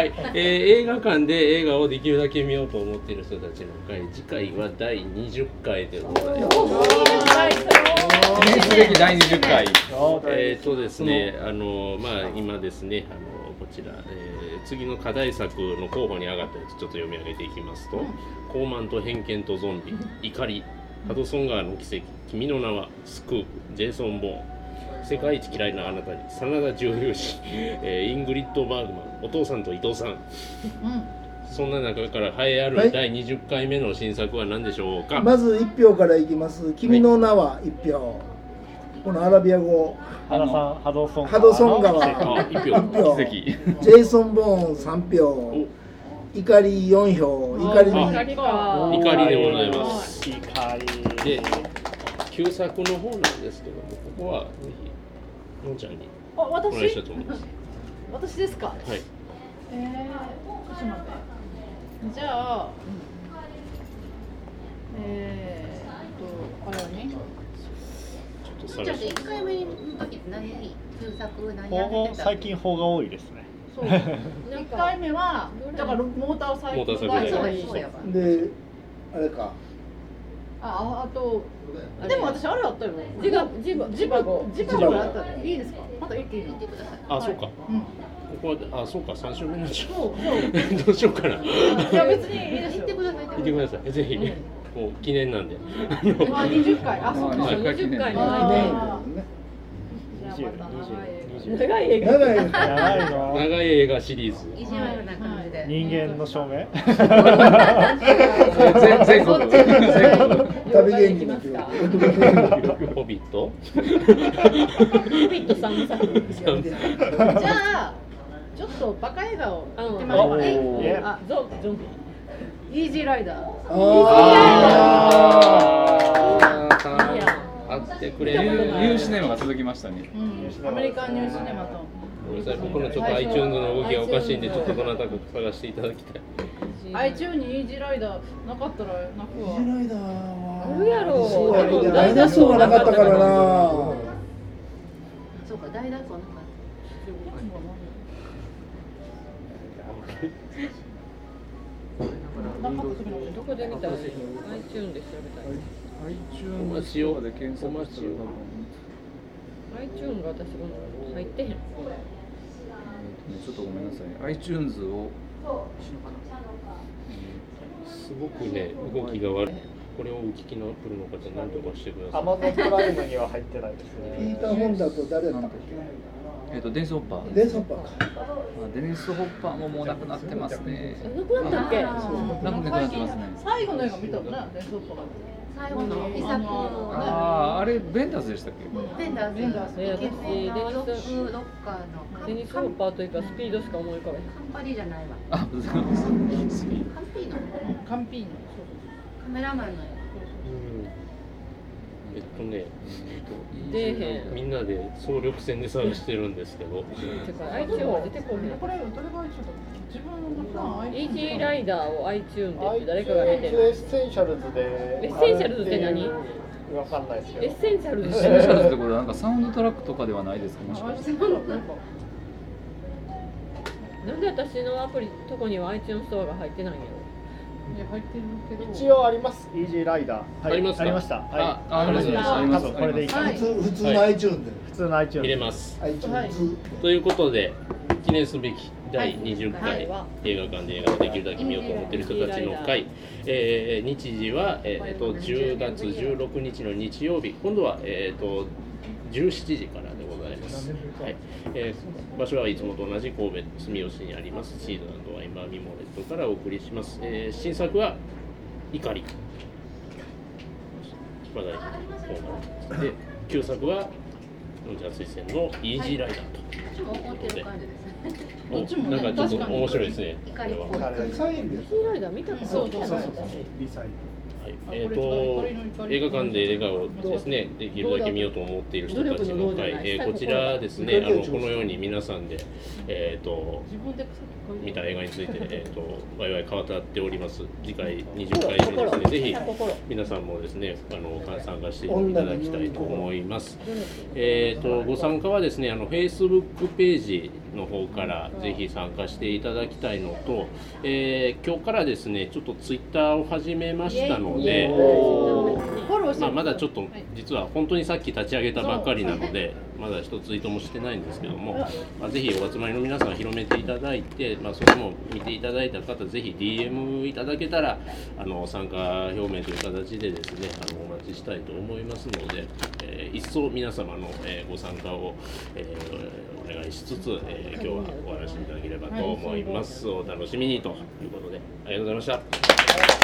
はい、映画館で映画をできるだけ見ようと思っている人たちの会、次回は第20回でございます。 記念すべき第20回。 ですね、今ですね、こちら、次の課題作の候補に上がったやつちょっと読み上げていきますと、傲慢と偏見とゾンビ、怒り、ハドソン川の奇跡、君の名は、スクープ、ジェイソン・ボーン、世界一嫌いなあなたに、真田重勇士、イングリッド・バーグマン、お父さんと伊藤さん、そんな中から栄えある第20回目の新作は何でしょうか。 まず1票からいきます。君の名は1票、このアラビア語、 ハドソン川 1票、 ジェイソン・ボーン3票、怒り4票、怒りでございます。で、旧作の方なんですけども、ここはぜひのんちゃんにお願いしたいと思います。 私ですか。 はい。 ちょっと待って。じゃあ、あれはね。 じゃあ1回目の時って旧作何やってた？ 最近邦が多いですね。 そう。1回目はだからモーターサイクルがそうやで、あれか。 あとでも私あれあったよ。ジバゴあった。いいですか？また一気に言ってください。 あ、そうか。ここはそうか3週目のちょどうしようかな。 いや別にいいです。 言ってください。ぜひもう記念なんで。 20回。あ、そうか。 20回の長い映画シリーズ。 意地悪な感じで。 人間の証明。 全国旅芸人のホビット。 さん。じゃあちょっとバカ映画を言ってましたね。ゾンビ。イージーライダー。 あってくれニューシネマが続きましたね。 アメリカンニューシネマと。 僕のちょっと iTunes の動きがおかしいんで、ちょっとどなたか探していただきたい。 iTunes にイージーライダーなかったら泣くわ。 イージーライダーはあるやろ。 大脱走がなかったからな。 そうか、大脱走なかった。 どこで見たらいいの？ iTunes で調べたい。 iTunes で検索したら iTunes が私入ってへん。 ちょっとごめんなさい。iTunes をすごくね動きが悪い。これをお聞きの来るの方何とかしてください。 Amazon プライムには入ってないですね。 ピーター・ホンダと誰だったっけ？ デニス・ホッパー。 デニス・ホッパーか。 デニス・ホッパーももうなくなってますね。 なくなったっけ？ なくなってますね。 最後の映画見たのね、デニス・ホッパーが。 最後の遺作のあれベンダーズでしたっけ？ ベンダーズ。 私デニス・ホッパーというかスピードしか思い浮かべへん。 カンパリじゃないわ。 あ、カンピーノ。 カンピーノ。 カメラマンの。 みんなで総力戦で探してるんですけど。 iTunes は出てこへん。これどれが自分のイージーライダーを iTunes で誰かが見てる。 エッセンシャルズで。 エッセンシャルズって何？ わかんないですけど。 エッセンシャルズってこれなんかサウンドトラックとかではないですか？もしかして。 なんで私のアプリとこには iTunes ストアが入ってないんやろ？入ってるけど。 一応あります。イージーライダー。 ありますか？ ありました。はい。 あります。 これでいいか。 普通の iTunes で。 普通の iTunes 見れます。 iTunes ということで記念すべき第20回映画館で映画をできるだけ見ようと思っている人たちの会、日時は、10月16日の日曜日、今度は、17時からでございます。はい。場所はいつもと同じ神戸住吉にありますシード&ワインバーミモレットからお送りします。新作は怒り。話題のコーナーで、旧作はのんちゃん推薦のイージーライダーと。なんかちょっと面白いですね。これは。 イージーライダー見たことない。 映画館で映画をですね、できるだけ見ようと思っている人たちの会、こちらですね、このように皆さんで、見た映画について、ワイワイ語っております。次回20回目ですね、ぜひ皆さんもですね、参加していただきたいと思います。ご参加はですね、Facebook ページの方からぜひ参加していただきたいのと、今日からですねちょっとツイッターを始めましたので、まだちょっと実は本当にさっき立ち上げたばっかりなのでまだ一ツイートもしてないんですけども、ぜひお集まりの皆さん広めていただいて、それも見ていただいた方ぜひ DM いただけたら参加表明という形でですねお待ちしたいと思いますので、一層皆様の、ご参加を、お願いしつつ、今日はお話しいただければと思います。お楽しみにということでありがとうございました。